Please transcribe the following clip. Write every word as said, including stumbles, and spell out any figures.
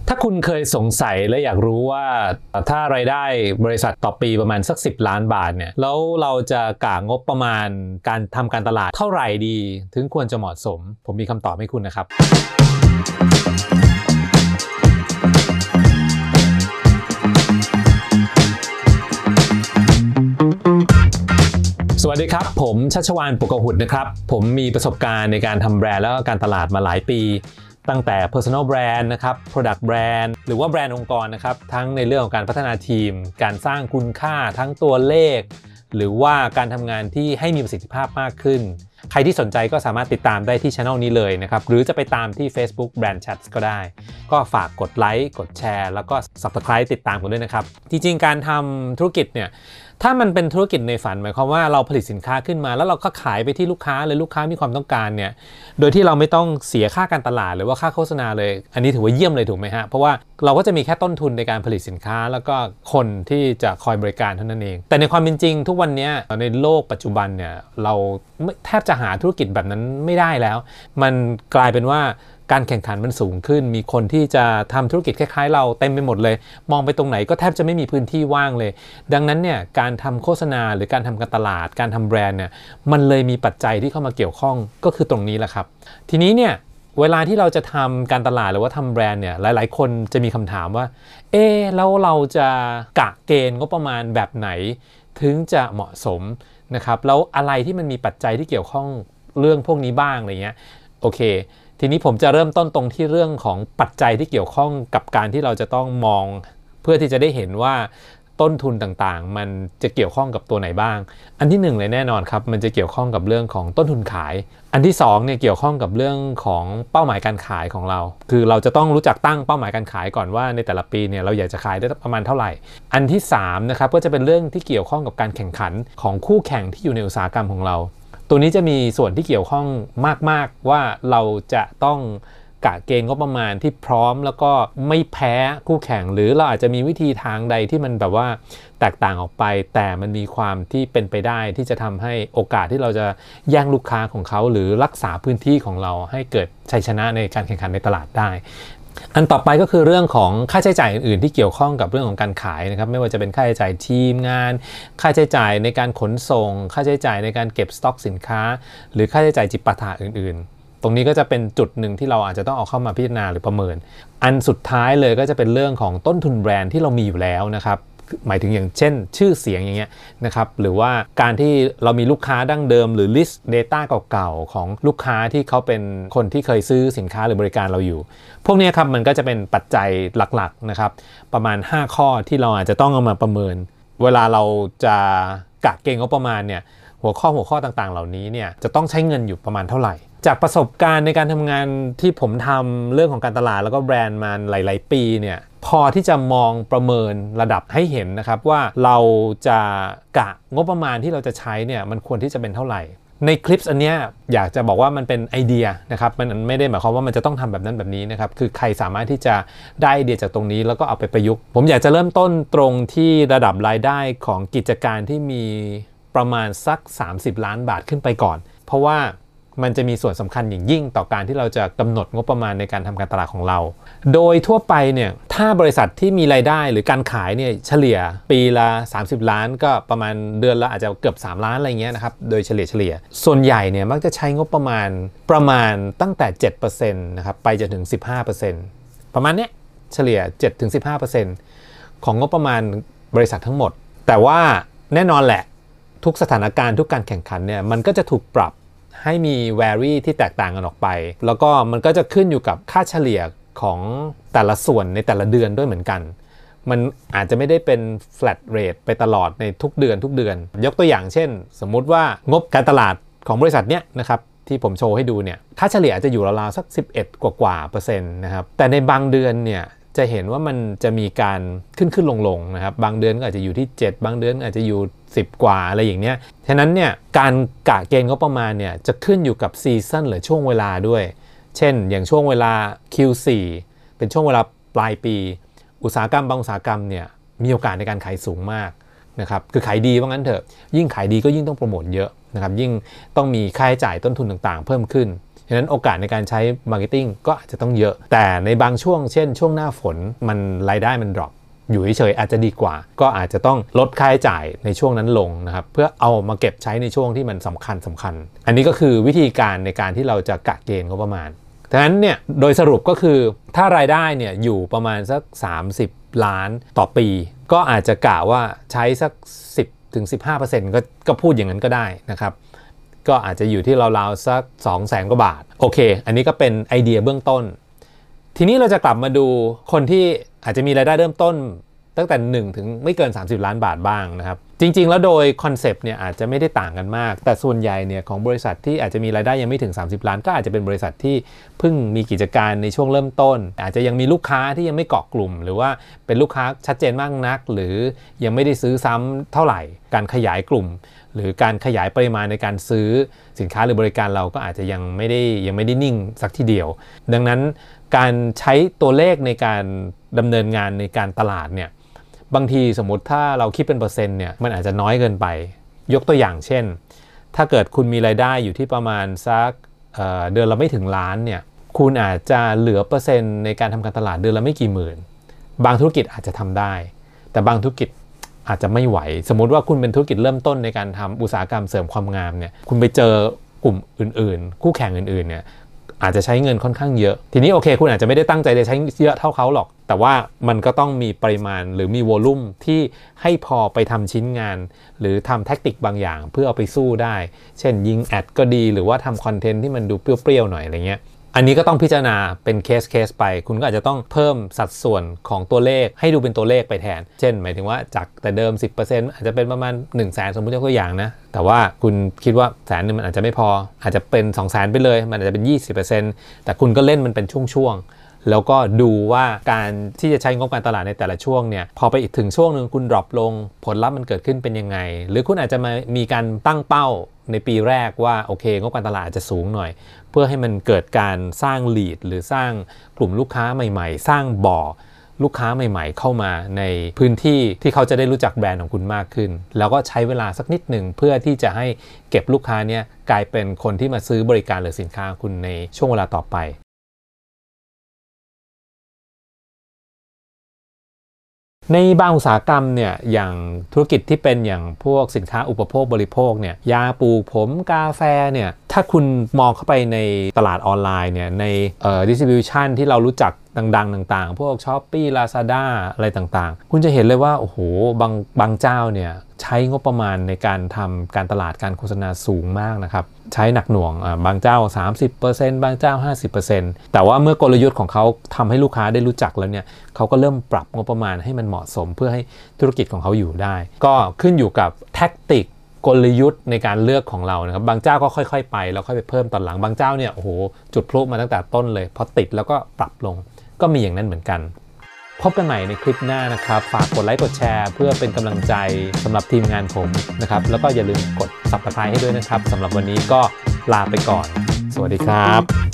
ถ้าคุณเคยสงสัยและอยากรู้ว่าถ้ารายได้บริษัทต่อปีประมาณสักสิบล้านบาทเนี่ยแล้วเราจะกะงบประมาณการทำการตลาดเท่าไหร่ดีถึงควรจะเหมาะสมผมมีคำตอบให้คุณนะครับสวัสดีครับผมชัชวาล ปกหุดนะครับผมมีประสบการณ์ในการทำแบรนด์และการตลาดมาหลายปีตั้งแต่ Personal Brand นะครับ Product Brand หรือว่าแบรนด์องค์กรนะครับทั้งในเรื่องของการพัฒนาทีมการสร้างคุณค่าทั้งตัวเลขหรือว่าการทำงานที่ให้มีประสิทธิภาพมากขึ้นใครที่สนใจก็สามารถติดตามได้ที่ channel นี้เลยนะครับหรือจะไปตามที่ Facebook Brand Chat ก็ได้ก็ฝากกดไลค์กดแชร์แล้วก็ Subscribe ติดตามกันด้วยนะครับจริงๆการทำธุรกิจเนี่ยถ้ามันเป็นธุรกิจในฝันหมายความว่าเราผลิตสินค้าขึ้นมาแล้วเราก็ขายไปที่ลูกค้าเลยลูกค้ามีความต้องการเนี่ยโดยที่เราไม่ต้องเสียค่าการตลาดหรือว่าค่าโฆษณาเลยอันนี้ถือว่าเยี่ยมเลยถูกไหมฮะเพราะว่าเราก็จะมีแค่ต้นทุนในการผลิตสินค้าแล้วก็คนที่จะคอยบริการเท่านั้นเองแต่ในความเป็นจริงทุกวันนี้ในโลกปัจจุบันเนี่ยเราแทบจะหาธุรกิจแบบนั้นไม่ได้แล้วมันกลายเป็นว่าการแข่งขันมันสูงขึ้นมีคนที่จะทำธุรกิจคล้ายๆเราเต็มไปหมดเลยมองไปตรงไหนก็แทบจะไม่มีพื้นที่ว่างเลยดังนั้นเนี่ยการทำโฆษณาหรือการทำการตลาดการทำแบรนด์เนี่ยมันเลยมีปัจจัยที่เข้ามาเกี่ยวข้องก็คือตรงนี้แหละครับทีนี้เนี่ยเวลาที่เราจะทำการตลาดหรือว่าทำแบรนด์เนี่ยหลายๆคนจะมีคำถามว่าเอ๊ะแล้วเราจะกะเกณฑ์งบประมาณแบบไหนถึงจะเหมาะสมนะครับแล้วอะไรที่มันมีปัจจัยที่เกี่ยวข้องเรื่องพวกนี้บ้างอะไรเงี้ยโอเคทีนี้ผมจะเริ่มต้นตรงที่เรื่องของปัจจัยที่เกี่ยวข้องกับการที่เราจะต้องมองเพื่อที่จะได้เห็นว่าต้นทุนต่างๆมันจะเกี่ยวข้องกับตัวไหนบ้างอันที่หนึ่งเลยแน่นอนครับมันจะเกี่ยวข้องกับเรื่องของต้นทุนขายอันที่สองเนี่ยเกี่ยวข้องกับเรื่องของเป้าหมายการขายของเราคือเราจะต้องรู้จักตั้งเป้าหมายการขายก่อนว่าในแต่ละปีเนี่ยเราอยากจะขายได้ประมาณเท่าไหร่อันที่สามนะครับก็จะเป็นเรื่องที่เกี่ยวข้องกับการแข่งขันของคู่แข่งที่อยู่ในอุตสาหกรรมของเราตัวนี้จะมีส่วนที่เกี่ยวข้องมากๆว่าเราจะต้องกะเกณฑ์งบประมาณที่พร้อมแล้วก็ไม่แพ้คู่แข่งหรือเราอาจจะมีวิธีทางใดที่มันแบบว่าแตกต่างออกไปแต่มันมีความที่เป็นไปได้ที่จะทำให้โอกาสที่เราจะแย่งลูกค้าของเขาหรือรักษาพื้นที่ของเราให้เกิดชัยชนะในการแข่งขันในตลาดได้อันต่อไปก็คือเรื่องของค่าใช้จ่ายอื่นๆที่เกี่ยวข้องกับเรื่องของการขายนะครับไม่ว่าจะเป็นค่าใช้จ่ายทีมงานค่าใช้จ่ายในการขนส่งค่าใช้จ่ายในการเก็บสต็อกสินค้าหรือค่าใช้จ่ายจิปาถะอื่นๆตรงนี้ก็จะเป็นจุดหนึ่งที่เราอาจจะต้องเอาเข้ามาพิจารณาหรือประเมินอันสุดท้ายเลยก็จะเป็นเรื่องของต้นทุนแบรนด์ที่เรามีอยู่แล้วนะครับหมายถึงอย่างเช่นชื่อเสียงอย่างเงี้ยนะครับหรือว่าการที่เรามีลูกค้าดั้งเดิมหรือ list data เก่าๆของลูกค้าที่เขาเป็นคนที่เคยซื้อสินค้าหรือบริการเราอยู่พวกนี้ครับมันก็จะเป็นปัจจัยหลักๆนะครับประมาณห้าข้อที่เราอาจจะต้องเอามาประเมินเวลาเราจะกะเกณฑ์งบประมาณเนี่ยหัวข้อหัวข้อต่างๆเหล่านี้เนี่ยจะต้องใช้เงินอยู่ประมาณเท่าไหร่จากประสบการณ์ในการทำงานที่ผมทำเรื่องของการตลาดแล้วก็แบรนด์มาหลายๆปีเนี่ยพอที่จะมองประเมินระดับให้เห็นนะครับว่าเราจะกะงบประมาณที่เราจะใช้เนี่ยมันควรที่จะเป็นเท่าไหร่ในคลิปอันนี้อยากจะบอกว่ามันเป็นไอเดียนะครับมันไม่ได้หมายความว่ามันจะต้องทำแบบนั้นแบบนี้นะครับคือใครสามารถที่จะได้ไอเดียจากตรงนี้แล้วก็เอาไปประยุกต์ผมอยากจะเริ่มต้นตรงที่ระดับรายได้ของกิจการที่มีประมาณสักสามสิบล้านบาทขึ้นไปก่อนเพราะว่ามันจะมีส่วนสำคัญอย่างยิ่งต่อการที่เราจะกำหนดงบประมาณในการทำการตลาดของเราโดยทั่วไปเนี่ยถ้าบริษัทที่มีรายได้หรือการขายเนี่ยเฉลี่ยปีละสามสิบล้านก็ประมาณเดือนละอาจจะเกือบสามล้านอะไรเงี้ยนะครับโดยเฉลี่ยเฉลี่ยส่วนใหญ่เนี่ยมักจะใช้งบประมาณประมาณตั้งแต่ เจ็ดเปอร์เซ็นต์ นะครับไปจนถึง สิบห้าเปอร์เซ็นต์ ประมาณเนี้ยเฉลี่ย เจ็ดถึงสิบห้าเปอร์เซ็นต์ ของงบประมาณบริษัททั้งหมดแต่ว่าแน่นอนแหละทุกสถานการณ์ทุกการแข่งขันเนี่ยมันก็จะถูกปรับให้มี vary ที่แตกต่างกันออกไปแล้วก็มันก็จะขึ้นอยู่กับค่าเฉลี่ยของแต่ละส่วนในแต่ละเดือนด้วยเหมือนกันมันอาจจะไม่ได้เป็น flat rate ไปตลอดในทุกเดือนทุกเดือนยกตัวอย่างเช่นสมมุติว่างบการตลาดของบริษัทเนี้ยนะครับที่ผมโชว์ให้ดูเนี่ยค่าเฉลี่ยอาจจะอยู่ราวๆสักสิบเอ็ดกว่าๆเปอร์เซ็นต์นะครับแต่ในบางเดือนเนี่ยจะเห็นว่ามันจะมีการขึ้นขึ้นลงลงนะครับบางเดือนก็อาจจะอยู่ที่เจ็ดบางเดือนอาจจะอยู่สิบกว่าอะไรอย่างเนี้ยฉะนั้นเนี่ยการกะเกณฑ์งบประมาณเนี่ยจะขึ้นอยู่กับซีซั่นหรือช่วงเวลาด้วยเช่นอย่างช่วงเวลา คิว โฟร์ เป็นช่วงเวลาปลายปีอุตสาหกรรมบางอุตสาหกรรมเนี่ยมีโอกาสในการขายสูงมากนะครับคือขายดีว่างั้นเถอะยิ่งขายดีก็ยิ่งต้องโปรโมทเยอะนะครับยิ่งต้องมีค่าใช้จ่ายต้นทุนต่างๆเพิ่มขึ้นฉะนั้นโอกาสในการใช้มาร์เก็ตติ้งก็อาจจะต้องเยอะแต่ในบางช่วงเช่นช่วงหน้าฝนมันรายได้มันดรอปอยู่เฉยๆอาจจะดีกว่าก็อาจจะต้องลดค่าใช้จ่ายในช่วงนั้นลงนะครับเพื่อเอามาเก็บใช้ในช่วงที่มันสำคัญสำคัญอันนี้ก็คือวิธีการในการที่เราจะกะเกณฑ์งบประมาณดังนั้นเนี่ยโดยสรุปก็คือถ้ารายได้เนี่ยอยู่ประมาณสักสามสิบล้านต่อปีก็อาจจะกะว่าใช้สัก สิบถึงสิบห้าเปอร์เซ็นต์ ก็ก็พูดอย่างนั้นก็ได้นะครับก็อาจจะอยู่ที่ราวๆสัก สองแสน กว่าบาทโอเคอันนี้ก็เป็นไอเดียเบื้องต้นทีนี้เราจะกลับมาดูคนที่อาจจะมีรายได้เริ่มต้นตั้งแต่หนึ่งถึงไม่เกินสามสิบล้านบาทบ้างนะครับจริงๆแล้วโดยคอนเซปต์เนี่ยอาจจะไม่ได้ต่างกันมากแต่ส่วนใหญ่เนี่ยของบริษัทที่อาจจะมีรายได้ยังไม่ถึงสามสิบล้านก็อาจจะเป็นบริษัทที่เพิ่งมีกิจการในช่วงเริ่มต้นอาจจะยังมีลูกค้าที่ยังไม่เกาะกลุ่มหรือว่าเป็นลูกค้าชัดเจนมากนักหรือยังไม่ได้ซื้อซ้ำเท่าไหร่การขยายกลุ่มหรือการขยายปริมาณในการซื้อสินค้าหรือบริการเราก็อาจจะยังไม่ได้ยังไม่ได้นิ่งสักทีเดียวดังนั้นการใช้ตัวเลขในการดำเนินงานในการตลาดเนี่ยบางทีสมมติถ้าเราคิดเป็นเปอร์เซ็นต์เนี่ยมันอาจจะน้อยเกินไปยกตัวอย่างเช่นถ้าเกิดคุณมีรายได้อยู่ที่ประมาณสัก เอ่อ เดือนละไม่ถึงล้านเนี่ยคุณอาจจะเหลือเปอร์เซ็นต์ในการทำการตลาดเดือนละไม่กี่หมื่นบางธุรกิจอาจจะทำได้แต่บางธุรกิจอาจจะไม่ไหวสมมุติว่าคุณเป็นธุรกิจเริ่มต้นในการทำอุตสาหกรรมเสริมความงามเนี่ยคุณไปเจอกลุ่มอื่นๆคู่แข่งอื่นๆเนี่ยอาจจะใช้เงินค่อนข้างเยอะทีนี้โอเคคุณอาจจะไม่ได้ตั้งใจจะใช้เยอะเท่าเขาหรอกแต่ว่ามันก็ต้องมีปริมาณหรือมีวอลลุ่มที่ให้พอไปทำชิ้นงานหรือทำแทคติกบางอย่างเพื่อเอาไปสู้ได้เช่นยิงแอดก็ดีหรือว่าทำคอนเทนต์ที่มันดูเปรี้ยวๆหน่อยอะไรเงี้ยอันนี้ก็ต้องพิจารณาเป็นเคสเคสไปคุณก็อาจจะต้องเพิ่มสัดส่วนของตัวเลขให้ดูเป็นตัวเลขไปแทนเช่นหมายถึงว่าจากแต่เดิม สิบเปอร์เซ็นต์ อาจจะเป็นประมาณ หนึ่งแสน สมมุติยกตัวอย่างนะแต่ว่าคุณคิดว่าแสนนึงมันอาจจะไม่พออาจจะเป็น สองแสน ไปเลยมันอาจจะเป็น ยี่สิบเปอร์เซ็นต์ แต่คุณก็เล่นมันเป็นช่วงๆแล้วก็ดูว่าการที่จะใช้งบการตลาดในแต่ละช่วงเนี่ยพอไปอีกถึงช่วงนึงคุณดรอปลงผลลัพธ์มันเกิดขึ้นเป็นยังไงหรือคุณอาจจะมามีการตั้งเป้าในปีแรกว่าโอเคงบการตลาดอาจจะสูงหน่อยเพื่อให้มันเกิดการสร้าง lead หรือสร้างกลุ่มลูกค้าใหม่ๆสร้างบ่อลูกค้าใหม่ๆเข้ามาในพื้นที่ที่เขาจะได้รู้จักแบรนด์ของคุณมากขึ้นแล้วก็ใช้เวลาสักนิดหนึ่งเพื่อที่จะให้เก็บลูกค้าเนี่ยกลายเป็นคนที่มาซื้อบริการหรือสินค้าคุณในช่วงเวลาต่อไปในบางอุตสาหกรรมเนี่ยอย่างธุรกิจที่เป็นอย่างพวกสินค้าอุปโภคบริโภคเนี่ยยาปลูกผมกาแฟเนี่ยถ้าคุณมองเข้าไปในตลาดออนไลน์เนี่ยในเอ่อ distribution ที่เรารู้จักดังๆต่างๆพวก Shopee Lazada อะไรต่างๆคุณจะเห็นเลยว่าโอ้โหบางบางเจ้าเนี่ยใช้งบประมาณในการทำการตลาดการโฆษณาสูงมากนะครับใช้หนักหน่วงบางเจ้า สามสิบเปอร์เซ็นต์ บางเจ้า ห้าสิบเปอร์เซ็นต์ แต่ว่าเมื่อกลยุทธ์ของเขาทำให้ลูกค้าได้รู้จักแล้วเนี่ยเขาก็เริ่มปรับงบประมาณให้มันเหมาะสมเพื่อให้ธุรกิจของเขาอยู่ได้ก็ขึ้นอยู่กับแท็กติกกลยุทธ์ในการเลือกของเรานะครับบางเจ้าก็ค่อยๆไปแล้วค่อยไปเพิ่มตอนหลังบางเจ้าเนี่ยโอ้โหจุดพลุมาตั้งแต่ต้นเลยพอติดแล้วก็ปรับลงก็มีอย่างนั้นเหมือนกันพบกันใหม่ในคลิปหน้านะครับฝากกดไลค์กดแชร์เพื่อเป็นกำลังใจสำหรับทีมงานผมนะครับแล้วก็อย่าลืมกด ซับสไครบ์ ให้ด้วยนะครับสำหรับวันนี้ก็ลาไปก่อนสวัสดีครับ